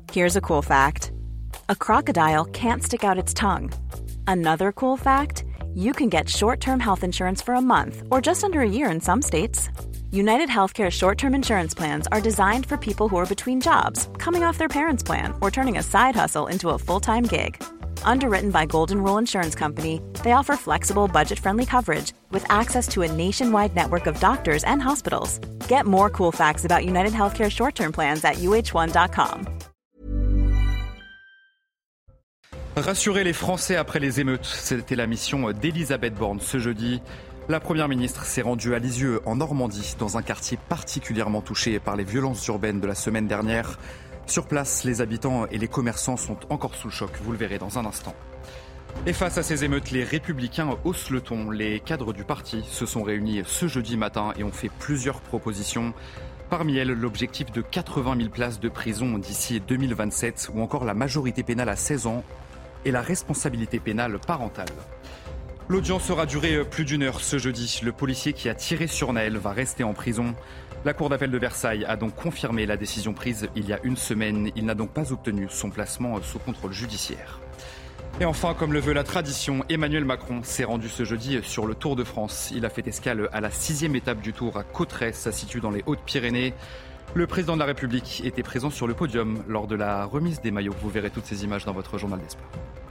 Here's a cool fact. A crocodile can't stick out its tongue. Another cool fact, you can get short-term health insurance for a month or just under a year in some states. United Healthcare short-term insurance plans are designed for people who are between jobs, coming off their parents' plan, or turning a side hustle into a full-time gig. Underwritten by Golden Rule Insurance Company, they offer flexible, budget-friendly coverage with access to a nationwide network of doctors and hospitals. Get more cool facts about United Healthcare short-term plans at uh1.com. Rassurer les Français après les émeutes, c'était la mission d'Elisabeth Borne ce jeudi. La Première ministre s'est rendue à Lisieux, en Normandie, dans un quartier particulièrement touché par les violences urbaines de la semaine dernière. Sur place, les habitants et les commerçants sont encore sous le choc, vous le verrez dans un instant. Et face à ces émeutes, les Républicains haussent le ton. Les cadres du parti se sont réunis ce jeudi matin et ont fait plusieurs propositions. Parmi elles, l'objectif de 80 000 places de prison d'ici 2027 ou encore la majorité pénale à 16 ans et la responsabilité pénale parentale. L'audience aura duré plus d'une heure ce jeudi. Le policier qui a tiré sur Naël va rester en prison. La Cour d'appel de Versailles a donc confirmé la décision prise il y a une semaine. Il n'a donc pas obtenu son placement sous contrôle judiciaire. Et enfin, comme le veut la tradition, Emmanuel Macron s'est rendu ce jeudi sur le Tour de France. Il a fait escale à la 6e étape du Tour à Cauterets, ça se situe dans les Hautes-Pyrénées. Le président de la République était présent sur le podium lors de la remise des maillots. Vous verrez toutes ces images dans votre journal des sports.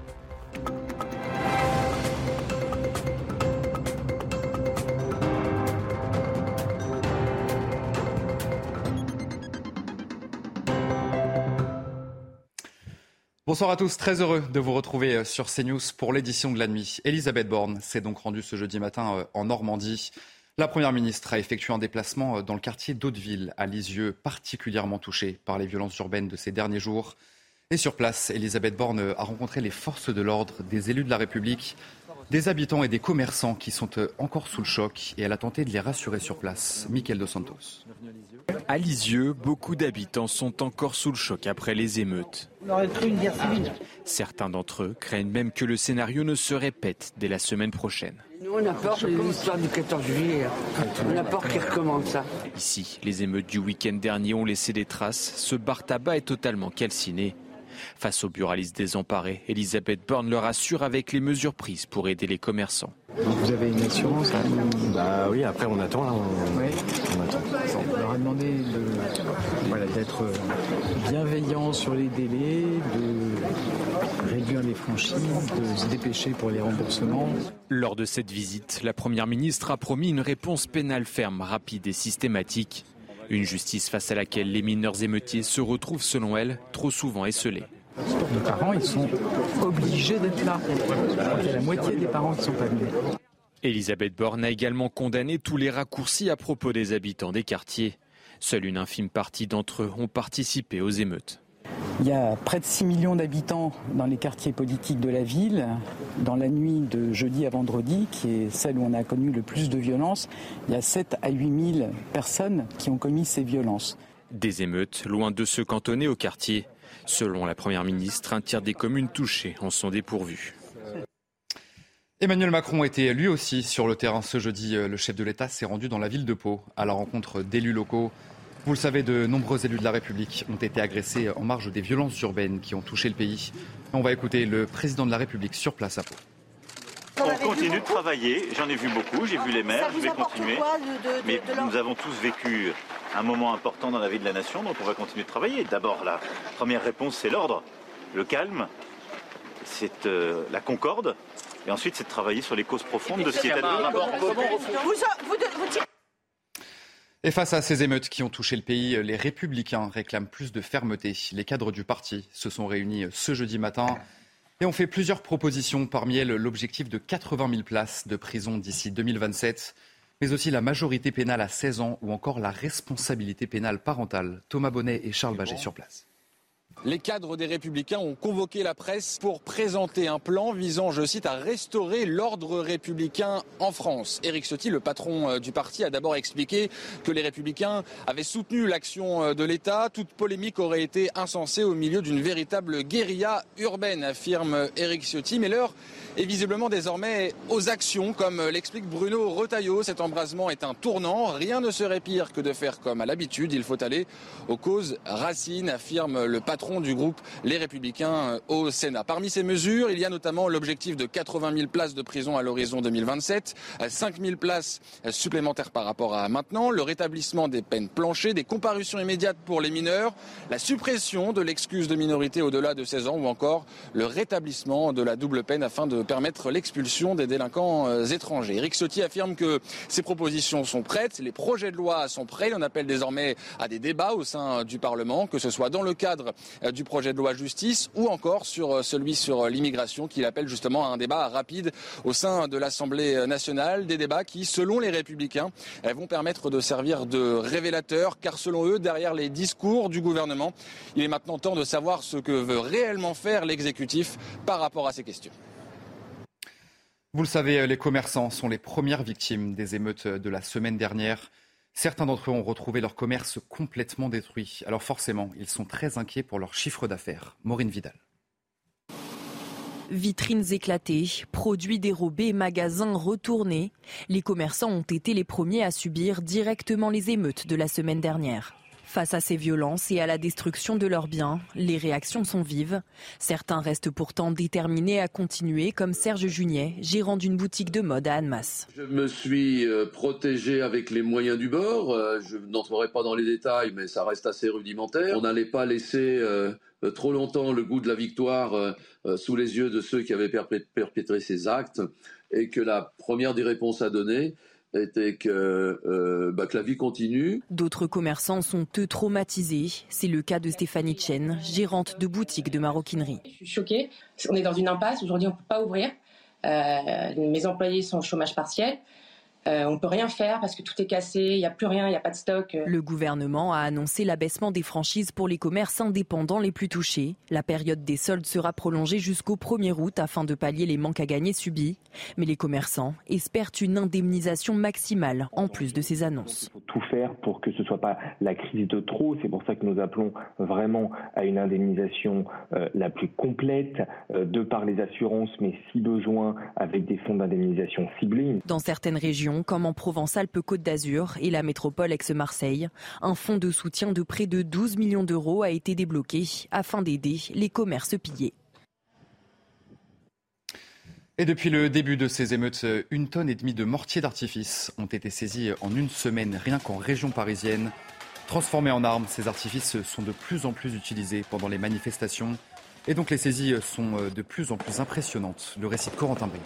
Bonsoir à tous, très heureux de vous retrouver sur CNews pour l'édition de la nuit. Elisabeth Borne s'est donc rendue ce jeudi matin en Normandie. La Première ministre a effectué un déplacement dans le quartier d'Hauteville, à Lisieux, particulièrement touché par les violences urbaines de ces derniers jours. Et sur place, Elisabeth Borne a rencontré les forces de l'ordre, des élus de la République, des habitants et des commerçants qui sont encore sous le choc. Et elle a tenté de les rassurer sur place. Mickaël Dos Santos. À Lisieux, beaucoup d'habitants sont encore sous le choc après les émeutes. On aurait cru une guerre civile. Certains d'entre eux craignent même que le scénario ne se répète dès la semaine prochaine. Nous, on a peur de l'histoire du 14 juillet. On a peur qu'il recommence ça. Ici, les émeutes du week-end dernier ont laissé des traces. Ce bar tabac est totalement calciné. Face aux buralistes désemparés, Elisabeth Borne leur assure avec les mesures prises pour aider les commerçants. Donc vous avez une assurance hein? Bah oui, après on attend. Là, on attend. On leur a demandé d'être bienveillants sur les délais, de réduire les franchises, de se dépêcher pour les remboursements. Lors de cette visite, la Première ministre a promis une réponse pénale ferme, rapide et systématique. Une justice face à laquelle les mineurs émeutiers se retrouvent, selon elle, trop souvent esselés. Les parents, ils sont obligés d'être là. Il y a la moitié des parents qui ne sont pas venus. Elisabeth Borne a également condamné tous les raccourcis à propos des habitants des quartiers. Seule une infime partie d'entre eux ont participé aux émeutes. Il y a près de 6 millions d'habitants dans les quartiers politiques de la ville. Dans la nuit de jeudi à vendredi, qui est celle où on a connu le plus de violences, il y a 7 à 8 000 personnes qui ont commis ces violences. Des émeutes loin de se cantonner au quartier. Selon la Première ministre, un tiers des communes touchées en sont dépourvues. Emmanuel Macron était lui aussi sur le terrain ce jeudi. Le chef de l'État s'est rendu dans la ville de Pau à la rencontre d'élus locaux. Vous le savez, de nombreux élus de la République ont été agressés en marge des violences urbaines qui ont touché le pays. On va écouter le président de la République sur place à Pau. On continue de travailler, j'en ai vu beaucoup, j'ai vu les maires, je vais continuer. Mais nous avons tous vécu un moment important dans la vie de la nation, donc on va continuer de travailler. D'abord, la première réponse, c'est l'ordre, le calme, c'est la concorde, et ensuite c'est de travailler sur les causes profondes de ce qui est advenu. Et face à ces émeutes qui ont touché le pays, les Républicains réclament plus de fermeté. Les cadres du parti se sont réunis ce jeudi matin et ont fait plusieurs propositions. Parmi elles, l'objectif de 80 000 places de prison d'ici 2027, mais aussi la majorité pénale à 16 ans ou encore la responsabilité pénale parentale. Thomas Bonnet et Charles Baget sur place. Les cadres des Républicains ont convoqué la presse pour présenter un plan visant, je cite, à restaurer l'ordre républicain en France. Éric Ciotti, le patron du parti, a d'abord expliqué que les Républicains avaient soutenu l'action de l'État. Toute polémique aurait été insensée au milieu d'une véritable guérilla urbaine, affirme Éric Ciotti. Mais l'heure est visiblement désormais aux actions, comme l'explique Bruno Retailleau. Cet embrasement est un tournant. Rien ne serait pire que de faire comme à l'habitude. Il faut aller aux causes racines, affirme le patron patron du groupe Les Républicains au Sénat. Parmi ces mesures, il y a notamment l'objectif de 80 000 places de prison à l'horizon 2027, 5 000 places supplémentaires par rapport à maintenant, le rétablissement des peines planchées, des comparutions immédiates pour les mineurs, la suppression de l'excuse de minorité au-delà de 16 ans ou encore le rétablissement de la double peine afin de permettre l'expulsion des délinquants étrangers. Éric Ciotti affirme que ces propositions sont prêtes, les projets de loi sont prêts. Il en appelle désormais à des débats au sein du Parlement, que ce soit dans le cadre du projet de loi justice ou encore sur celui sur l'immigration, qu'il appelle justement à un débat rapide au sein de l'Assemblée nationale. Des débats qui, selon les Républicains, vont permettre de servir de révélateurs, car selon eux, derrière les discours du gouvernement, il est maintenant temps de savoir ce que veut réellement faire l'exécutif par rapport à ces questions. Vous le savez, les commerçants sont les premières victimes des émeutes de la semaine dernière. Certains d'entre eux ont retrouvé leur commerce complètement détruit. Alors forcément, ils sont très inquiets pour leur chiffre d'affaires. Maureen Vidal. Vitrines éclatées, produits dérobés, magasins retournés. Les commerçants ont été les premiers à subir directement les émeutes de la semaine dernière. Face à ces violences et à la destruction de leurs biens, les réactions sont vives. Certains restent pourtant déterminés à continuer, comme Serge Juniet, gérant d'une boutique de mode à Annemasse. Je me suis protégé avec les moyens du bord. Je n'entrerai pas dans les détails, mais ça reste assez rudimentaire. On n'allait pas laisser trop longtemps le goût de la victoire sous les yeux de ceux qui avaient perpétré ces actes, et que la première des réponses à donner était que la vie continue. D'autres commerçants sont eux traumatisés. C'est le cas de Stéphanie Chen, gérante de boutique de maroquinerie. Je suis choquée. On est dans une impasse. Aujourd'hui, on ne peut pas ouvrir. Mes employés sont au chômage partiel. On ne peut rien faire parce que tout est cassé, il n'y a plus rien, il n'y a pas de stock. Le gouvernement a annoncé l'abaissement des franchises pour les commerces indépendants les plus touchés. La période des soldes sera prolongée jusqu'au 1er août afin de pallier les manques à gagner subis. Mais les commerçants espèrent une indemnisation maximale en plus de ces annonces. Il faut tout faire pour que ce ne soit pas la crise de trop. C'est pour ça que nous appelons vraiment à une indemnisation la plus complète de par les assurances, mais si besoin avec des fonds d'indemnisation ciblés. Dans certaines régions, comme en Provence-Alpes-Côte d'Azur et la métropole ex-Marseille, un fonds de soutien de près de 12 millions d'euros a été débloqué afin d'aider les commerces pillés. Et depuis le début de ces émeutes, 1,5 tonne de mortiers d'artifice ont été saisis en une semaine, rien qu'en région parisienne. Transformés en armes, ces artifices sont de plus en plus utilisés pendant les manifestations. Et donc les saisies sont de plus en plus impressionnantes. Le récit de Corentin Brie.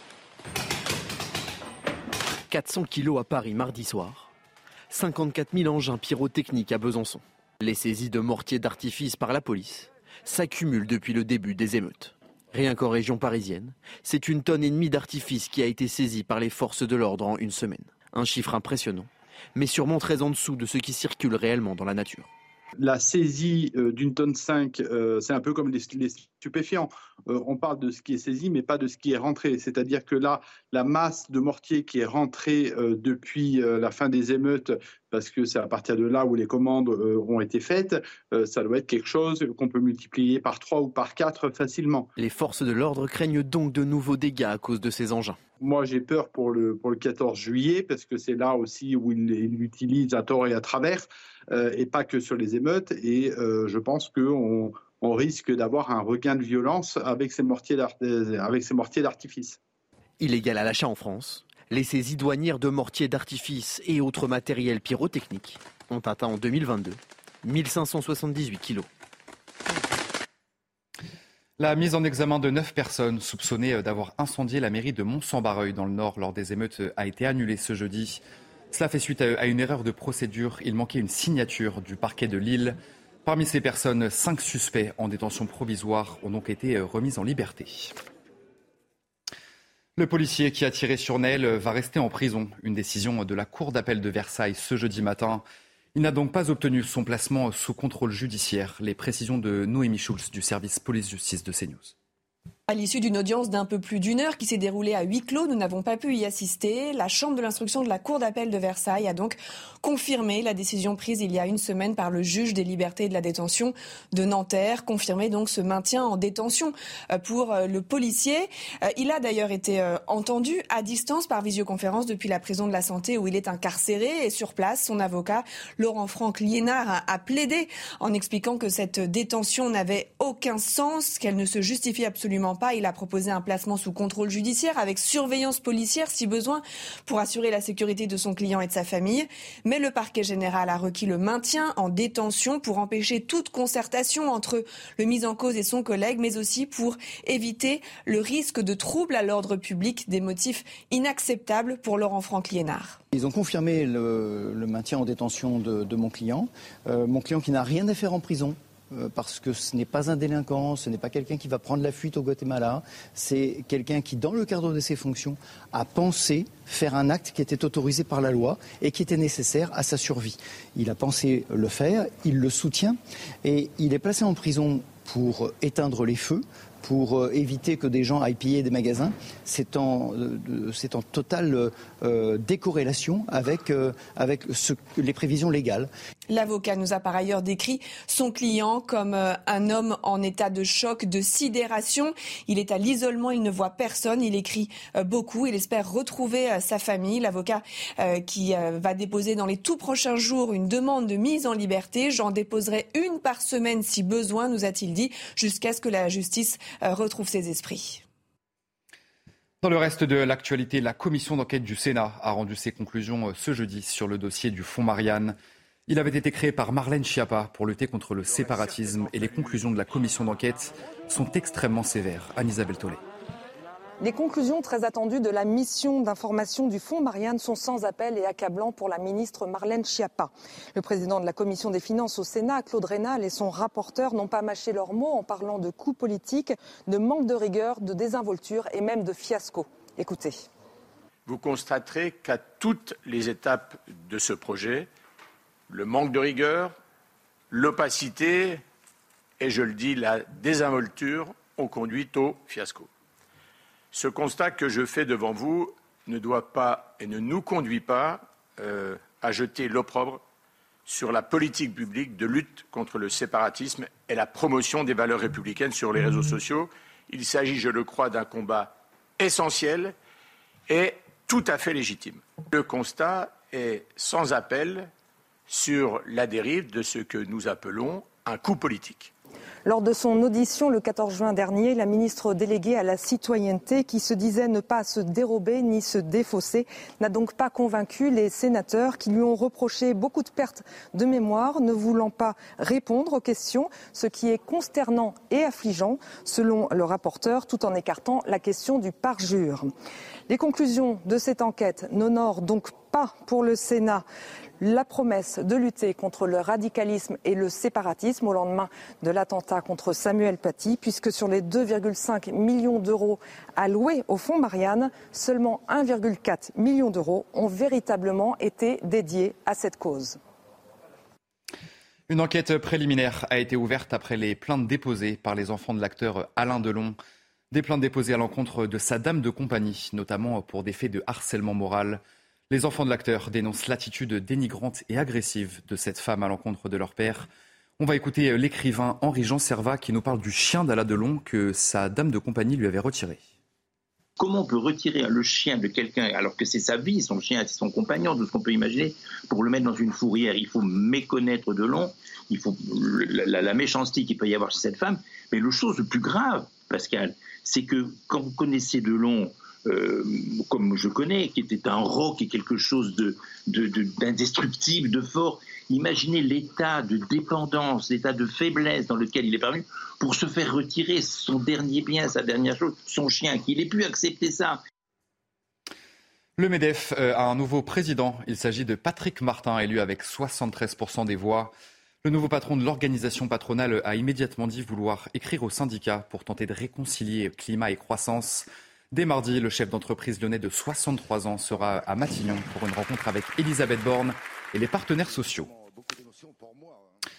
400 kilos à Paris mardi soir, 54 000 engins pyrotechniques à Besançon. Les saisies de mortiers d'artifice par la police s'accumulent depuis le début des émeutes. Rien qu'en région parisienne, c'est 1,5 tonne d'artifice qui a été saisie par les forces de l'ordre en une semaine. Un chiffre impressionnant, mais sûrement très en dessous de ce qui circule réellement dans la nature. La saisie d'1,5 tonne, c'est un peu comme les stupéfiants. On parle de ce qui est saisi, mais pas de ce qui est rentré. C'est-à-dire que là, la masse de mortier qui est rentrée depuis la fin des émeutes, parce que c'est à partir de là où les commandes ont été faites, ça doit être quelque chose qu'on peut multiplier par 3 ou par 4 facilement. Les forces de l'ordre craignent donc de nouveaux dégâts à cause de ces engins. Moi, j'ai peur pour le 14 juillet, parce que c'est là aussi où ils l'utilisent à tort et à travers, et pas que sur les émeutes. Et je pense qu'on risque d'avoir un regain de violence avec ces mortiers d'artifice. Illégal à l'achat en France, les saisies douanières de mortiers d'artifice et autres matériels pyrotechniques ont atteint en 2022 1578 kilos. La mise en examen de 9 personnes soupçonnées d'avoir incendié la mairie de Mont-Saint-Barreuil dans le Nord lors des émeutes a été annulée ce jeudi. Cela fait suite à une erreur de procédure. Il manquait une signature du parquet de Lille. Parmi ces personnes, 5 suspects en détention provisoire ont donc été remis en liberté. Le policier qui a tiré sur Nahel va rester en prison. Une décision de la Cour d'appel de Versailles ce jeudi matin. Il n'a donc pas obtenu son placement sous contrôle judiciaire. Les précisions de Noémie Schulz du service police-justice de CNews. À l'issue d'une audience d'un peu plus d'1 heure qui s'est déroulée à huis clos, nous n'avons pas pu y assister. La chambre de l'instruction de la Cour d'appel de Versailles a donc confirmé la décision prise il y a une semaine par le juge des libertés et de la détention de Nanterre, confirmé donc ce maintien en détention pour le policier. Il a d'ailleurs été entendu à distance par visioconférence depuis la prison de la Santé où il est incarcéré, et sur place, son avocat Laurent-Franck Liénard a plaidé en expliquant que cette détention n'avait aucun sens, qu'elle ne se justifie absolument pas. Il a proposé un placement sous contrôle judiciaire avec surveillance policière si besoin pour assurer la sécurité de son client et de sa famille. Mais le parquet général a requis le maintien en détention pour empêcher toute concertation entre le mis en cause et son collègue, mais aussi pour éviter le risque de troubles à l'ordre public, des motifs inacceptables pour Laurent-Franck Liénard. Ils ont confirmé le maintien en détention de mon client qui n'a rien à faire en prison. Parce que ce n'est pas un délinquant, ce n'est pas quelqu'un qui va prendre la fuite au Guatemala, c'est quelqu'un qui, dans le cadre de ses fonctions, a pensé faire un acte qui était autorisé par la loi et qui était nécessaire à sa survie. Il a pensé le faire, il le soutient et il est placé en prison pour éteindre les feux, pour éviter que des gens aillent piller des magasins. C'est en totale décorrélation avec les prévisions légales. L'avocat nous a par ailleurs décrit son client comme un homme en état de choc, de sidération. Il est à l'isolement, il ne voit personne, il écrit beaucoup, il espère retrouver sa famille. L'avocat qui va déposer dans les tout prochains jours une demande de mise en liberté. J'en déposerai une par semaine si besoin, nous a-t-il dit, jusqu'à ce que la justice retrouve ses esprits. Dans le reste de l'actualité, la commission d'enquête du Sénat a rendu ses conclusions ce jeudi sur le dossier du fonds Marianne. Il avait été créé par Marlène Schiappa pour lutter contre le séparatisme et les conclusions de la commission d'enquête sont extrêmement sévères. Anne-Isabelle Tollet. Les conclusions très attendues de la mission d'information du fonds Marianne sont sans appel et accablantes pour la ministre Marlène Schiappa. Le président de la commission des finances au Sénat, Claude Raynal, et son rapporteur n'ont pas mâché leurs mots en parlant de coups politiques, de manque de rigueur, de désinvolture et même de fiasco. Écoutez. Vous constaterez qu'à toutes les étapes de ce projet, le manque de rigueur, l'opacité et, je le dis, la désinvolture ont conduit au fiasco. Ce constat que je fais devant vous ne doit pas et ne nous conduit pas à jeter l'opprobre sur la politique publique de lutte contre le séparatisme et la promotion des valeurs républicaines sur les réseaux sociaux. Il s'agit, je le crois, d'un combat essentiel et tout à fait légitime. Le constat est sans appel sur la dérive de ce que nous appelons un coup politique. Lors de son audition le 14 juin dernier, la ministre déléguée à la citoyenneté, qui se disait ne pas se dérober ni se défausser, n'a donc pas convaincu les sénateurs qui lui ont reproché beaucoup de pertes de mémoire, ne voulant pas répondre aux questions, ce qui est consternant et affligeant, selon le rapporteur, tout en écartant la question du parjure. Les conclusions de cette enquête n'honorent donc pas pour le Sénat la promesse de lutter contre le radicalisme et le séparatisme au lendemain de l'attentat contre Samuel Paty, puisque sur les 2,5 millions d'euros alloués au fonds Marianne, seulement 1,4 million d'euros ont véritablement été dédiés à cette cause. Une enquête préliminaire a été ouverte après les plaintes déposées par les enfants de l'acteur Alain Delon. Des plaintes déposées à l'encontre de sa dame de compagnie, notamment pour des faits de harcèlement moral. Les enfants de l'acteur dénoncent l'attitude dénigrante et agressive de cette femme à l'encontre de leur père. On va écouter l'écrivain Henri-Jean Servat qui nous parle du chien d'Alain Delon que sa dame de compagnie lui avait retiré. Comment on peut retirer le chien de quelqu'un alors que c'est sa vie, son chien, c'est son compagnon, tout ce qu'on peut imaginer, pour le mettre dans une fourrière? Il faut méconnaître Delon, il faut la méchanceté qu'il peut y avoir chez cette femme. Mais la chose le plus grave, Pascal, c'est que quand vous connaissez Delon, comme je connais, qui était un roc et quelque chose d'indestructible, de fort. Imaginez l'état de dépendance, l'état de faiblesse dans lequel il est parvenu pour se faire retirer son dernier bien, sa dernière chose, son chien, qu'il ait pu accepter ça. Le MEDEF a un nouveau président. Il s'agit de Patrick Martin, élu avec 73% des voix. Le nouveau patron de l'organisation patronale a immédiatement dit vouloir écrire aux syndicats pour tenter de réconcilier climat et croissance. Dès mardi, le chef d'entreprise lyonnais de 63 ans sera à Matignon pour une rencontre avec Elisabeth Borne et les partenaires sociaux.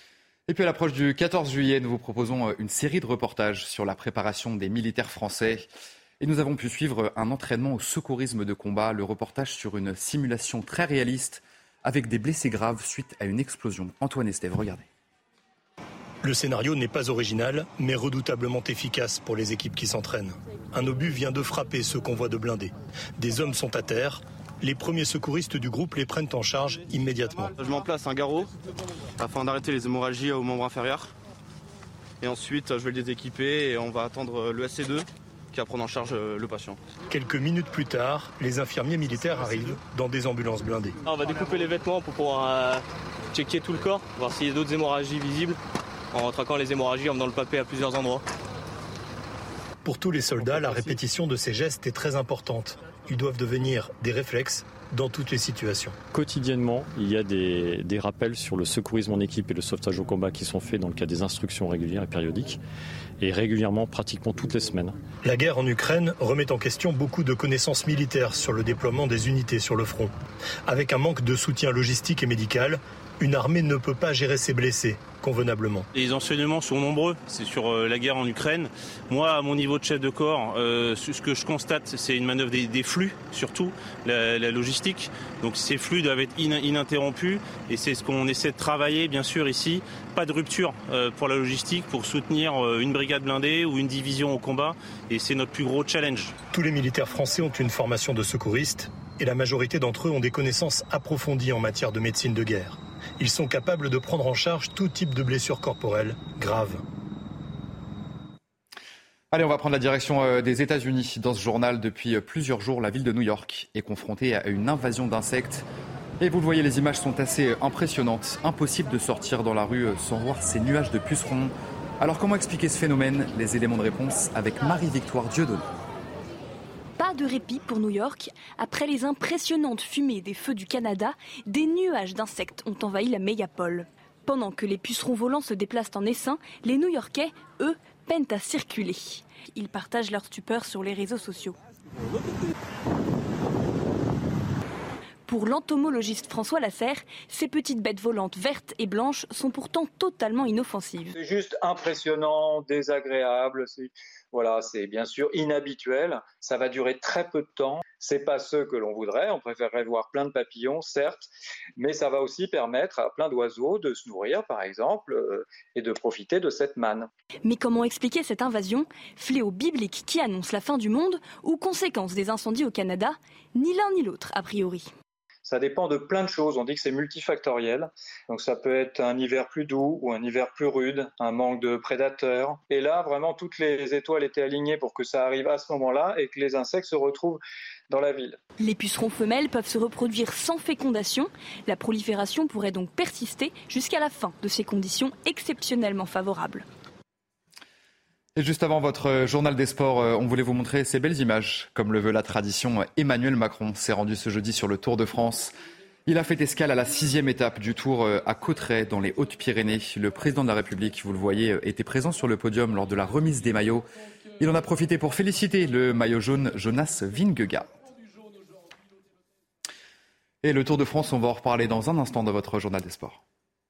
Et puis à l'approche du 14 juillet, nous vous proposons une série de reportages sur la préparation des militaires français. Et nous avons pu suivre un entraînement au secourisme de combat, le reportage sur une simulation très réaliste avec des blessés graves suite à une explosion. Antoine Estève, regardez. Le scénario n'est pas original, mais redoutablement efficace pour les équipes qui s'entraînent. Un obus vient de frapper ce convoi de blindés. Des hommes sont à terre. Les premiers secouristes du groupe les prennent en charge immédiatement. Je mets en place un garrot afin d'arrêter les hémorragies aux membres inférieurs. Et ensuite, je vais le déséquiper et on va attendre le SC2 qui va prendre en charge le patient. Quelques minutes plus tard, les infirmiers militaires arrivent dans des ambulances blindées. On va découper les vêtements pour pouvoir checker tout le corps, voir s'il y a d'autres hémorragies visibles, en traquant les hémorragies en faisant le papé à plusieurs endroits. Pour tous les soldats, la répétition de ces gestes est très importante. Ils doivent devenir des réflexes dans toutes les situations. Quotidiennement, il y a des rappels sur le secourisme en équipe et le sauvetage au combat qui sont faits dans le cadre des instructions régulières et périodiques, et régulièrement, pratiquement toutes les semaines. La guerre en Ukraine remet en question beaucoup de connaissances militaires sur le déploiement des unités sur le front. Avec un manque de soutien logistique et médical, une armée ne peut pas gérer ses blessés convenablement. Les enseignements sont nombreux, c'est sur la guerre en Ukraine. Moi, à mon niveau de chef de corps, ce que je constate, c'est une manœuvre des flux, surtout la logistique. Donc ces flux doivent être ininterrompus et c'est ce qu'on essaie de travailler, bien sûr, ici. Pas de rupture pour la logistique, pour soutenir une brigade blindée ou une division au combat. Et c'est notre plus gros challenge. Tous les militaires français ont une formation de secouristes et la majorité d'entre eux ont des connaissances approfondies en matière de médecine de guerre. Ils sont capables de prendre en charge tout type de blessures corporelles graves. Allez, on va prendre la direction des États-Unis. Dans ce journal, depuis plusieurs jours, la ville de New York est confrontée à une invasion d'insectes. Et vous le voyez, les images sont assez impressionnantes. Impossible de sortir dans la rue sans voir ces nuages de pucerons. Alors comment expliquer ce phénomène? Les éléments de réponse avec Marie-Victoire Dieudonné. Pas de répit pour New York. Après les impressionnantes fumées des feux du Canada, des nuages d'insectes ont envahi la mégapole. Pendant que les pucerons volants se déplacent en essaim, les New-Yorkais, eux, peinent à circuler. Ils partagent leur stupeur sur les réseaux sociaux. Pour l'entomologiste François Lasserre, ces petites bêtes volantes vertes et blanches sont pourtant totalement inoffensives. C'est juste impressionnant, désagréable, c'est bien sûr inhabituel. Ça va durer très peu de temps. C'est pas ce que l'on voudrait. On préférerait voir plein de papillons, certes, mais ça va aussi permettre à plein d'oiseaux de se nourrir, par exemple, et de profiter de cette manne. Mais comment expliquer cette invasion? Fléau biblique qui annonce la fin du monde ou conséquence des incendies au Canada? Ni l'un ni l'autre, a priori. Ça dépend de plein de choses. On dit que c'est multifactoriel. Donc ça peut être un hiver plus doux ou un hiver plus rude, un manque de prédateurs. Et là, vraiment, toutes les étoiles étaient alignées pour que ça arrive à ce moment-là et que les insectes se retrouvent dans la ville. Les pucerons femelles peuvent se reproduire sans fécondation. La prolifération pourrait donc persister jusqu'à la fin de ces conditions exceptionnellement favorables. Et juste avant votre journal des sports, on voulait vous montrer ces belles images. Comme le veut la tradition, Emmanuel Macron s'est rendu ce jeudi sur le Tour de France. Il a fait escale à la 6e étape du Tour à Cauterets, dans les Hautes-Pyrénées. Le président de la République, vous le voyez, était présent sur le podium lors de la remise des maillots. Il en a profité pour féliciter le maillot jaune Jonas Vingegaard. Et le Tour de France, on va en reparler dans un instant de votre journal des sports.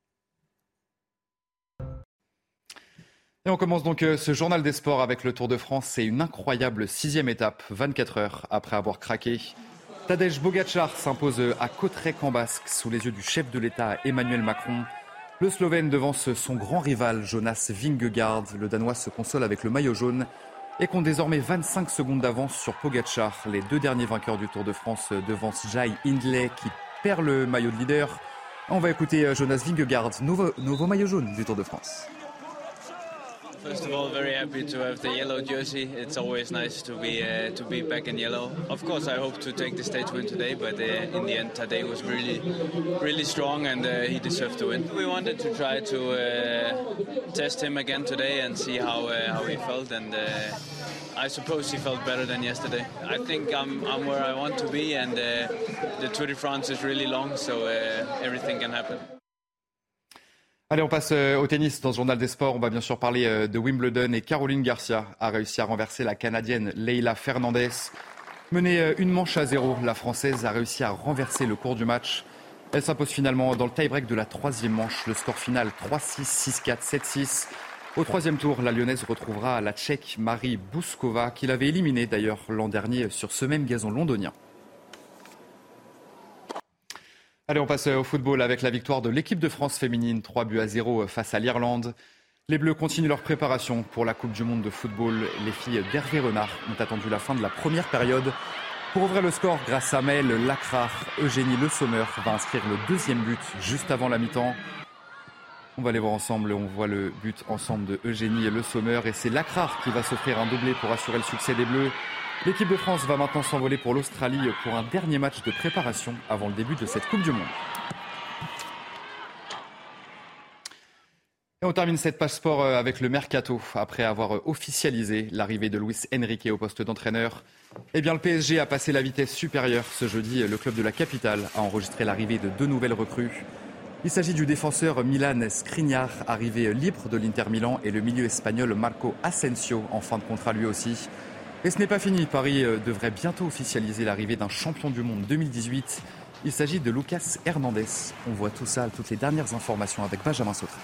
Et on commence donc ce journal des sports avec le Tour de France. C'est une incroyable 6e étape, 24 heures après avoir craqué. Tadej Pogačar s'impose à Cauterets-Cambasque sous les yeux du chef de l'État Emmanuel Macron. Le Slovène devance son grand rival Jonas Vingegaard. Le Danois se console avec le maillot jaune et compte désormais 25 secondes d'avance sur Pogačar. Les deux derniers vainqueurs du Tour de France devancent Jai Hindley qui perd le maillot de leader. On va écouter Jonas Vingegaard, nouveau maillot jaune du Tour de France. First of all, very happy to have the yellow jersey. It's always nice to be back in yellow. Of course, I hope to take the stage win today, but in the end, Tadej was really strong and he deserved to win. We wanted to try to test him again today and see how he felt, and I suppose he felt better than yesterday. I think I'm where I want to be, and the Tour de France is really long, so everything can happen. Allez, on passe au tennis dans ce journal des sports. On va bien sûr parler de Wimbledon et Caroline Garcia a réussi à renverser la Canadienne Leylah Fernandez. Menée une manche à 0, la Française a réussi à renverser le cours du match. Elle s'impose finalement dans le tie-break de la 3e manche. Le score final 3-6, 6-4, 7-6. Au 3e tour, la Lyonnaise retrouvera la Tchèque Marie Bouskova, qui l'avait éliminée d'ailleurs l'an dernier sur ce même gazon londonien. Allez, on passe au football avec la victoire de l'équipe de France féminine, 3-0 face à l'Irlande. Les Bleus continuent leur préparation pour la Coupe du Monde de football. Les filles d'Hervé Renard ont attendu la fin de la première période pour ouvrir le score grâce à Maëlle Lacrard. Eugénie Le Sommer va inscrire le 2e but juste avant la mi-temps. On va les voir ensemble, on voit le but ensemble de Eugénie Le Sommer et c'est Lacrard qui va s'offrir un doublé pour assurer le succès des Bleus. L'équipe de France va maintenant s'envoler pour l'Australie pour un dernier match de préparation avant le début de cette Coupe du Monde. Et on termine cette page sport avec le Mercato. Après avoir officialisé l'arrivée de Luis Enrique au poste d'entraîneur, eh bien le PSG a passé la vitesse supérieure. Ce jeudi, le club de la capitale a enregistré l'arrivée de 2 nouvelles recrues. Il s'agit du défenseur Milan Skriniar, arrivé libre de l'Inter Milan, et le milieu espagnol Marco Asensio, en fin de contrat lui aussi. Et ce n'est pas fini, Paris devrait bientôt officialiser l'arrivée d'un champion du monde 2018. Il s'agit de Lucas Hernandez. On voit tout ça, toutes les dernières informations avec Benjamin Sautré.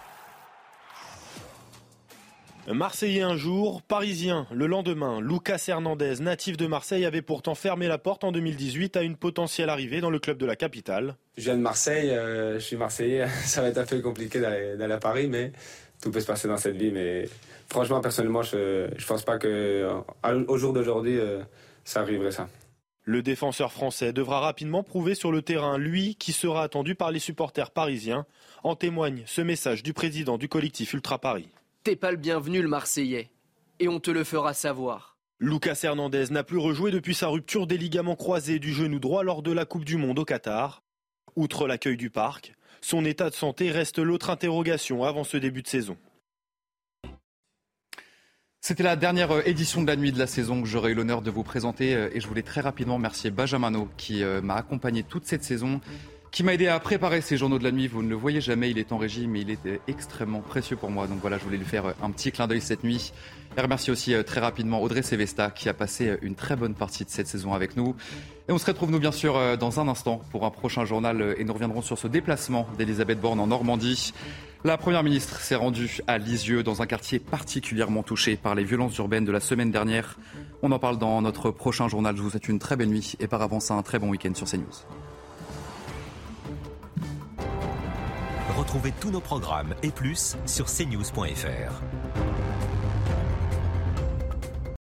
Marseillais un jour, Parisien le lendemain. Lucas Hernandez, natif de Marseille, avait pourtant fermé la porte en 2018 à une potentielle arrivée dans le club de la capitale. Je viens de Marseille, je suis Marseillais, ça va être un peu compliqué d'aller à Paris, mais tout peut se passer dans cette vie. Mais franchement, personnellement, je ne pense pas qu'au jour d'aujourd'hui, ça arriverait ça. Le défenseur français devra rapidement prouver sur le terrain, lui, qui sera attendu par les supporters parisiens. En témoigne ce message du président du collectif Ultra Paris. T'es pas le bienvenu, le Marseillais, et on te le fera savoir. Lucas Hernandez n'a plus rejoué depuis sa rupture des ligaments croisés du genou droit lors de la Coupe du Monde au Qatar. Outre l'accueil du parc, son état de santé reste l'autre interrogation avant ce début de saison. C'était la dernière édition de la nuit de la saison que j'aurai eu l'honneur de vous présenter et je voulais très rapidement remercier Benjamin qui m'a accompagné toute cette saison, qui m'a aidé à préparer ces journaux de la nuit. Vous ne le voyez jamais, il est en régie, mais il est extrêmement précieux pour moi. Donc voilà, je voulais lui faire un petit clin d'œil cette nuit. Et remercier aussi très rapidement Audrey Sevesta qui a passé une très bonne partie de cette saison avec nous. Et on se retrouve nous bien sûr dans un instant pour un prochain journal et nous reviendrons sur ce déplacement d'Elisabeth Borne en Normandie. La Première ministre s'est rendue à Lisieux, dans un quartier particulièrement touché par les violences urbaines de la semaine dernière. On en parle dans notre prochain journal. Je vous souhaite une très belle nuit et par avance un très bon week-end sur CNews. Retrouvez tous nos programmes et plus sur cnews.fr.